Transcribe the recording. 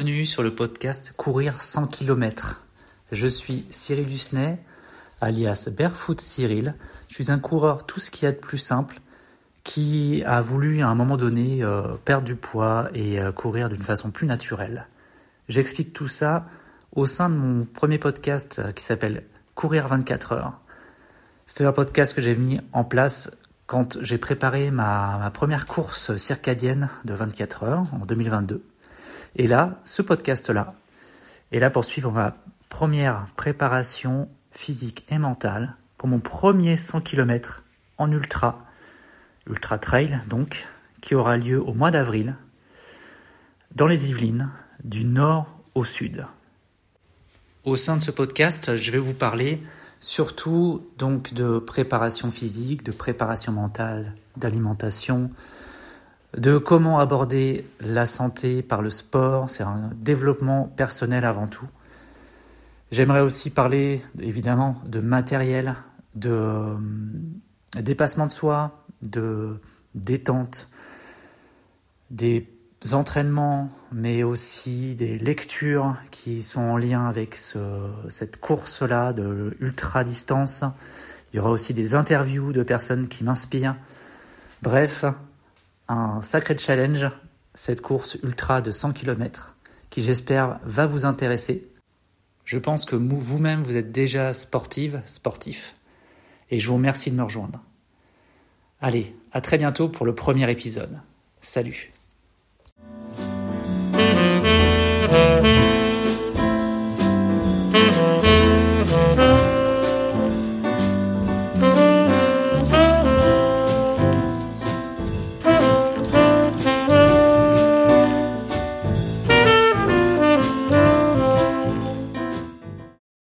bienvenue sur le podcast Courir 100 km. Je suis Cyril Husnet, alias Barefoot Cyril. Je suis un coureur tout ce qu'il y a de plus simple qui a voulu à un moment donné perdre du poids et courir d'une façon plus naturelle. J'explique tout ça au sein de mon premier podcast qui s'appelle Courir 24 heures. C'était un podcast que j'ai mis en place quand j'ai préparé ma première course circadienne de 24 heures en 2022. Et là, ce podcast-là est là pour suivre ma première préparation physique et mentale pour mon premier 100 km en ultra trail donc, qui aura lieu au mois d'avril dans les Yvelines, du nord au sud. Au sein de ce podcast, je vais vous parler surtout donc de préparation physique, de préparation mentale, d'alimentation, de comment aborder la santé par le sport. C'est un développement personnel avant tout. J'aimerais aussi parler évidemment de matériel, de dépassement de soi, de détente, des entraînements, mais aussi des lectures qui sont en lien avec cette course-là de ultra distance. Il y aura aussi des interviews de personnes qui m'inspirent. Bref, un sacré challenge, cette course ultra de 100 km, qui j'espère va vous intéresser. Je pense que vous-même, vous êtes déjà sportif, et je vous remercie de me rejoindre. Allez, à très bientôt pour le premier épisode. Salut!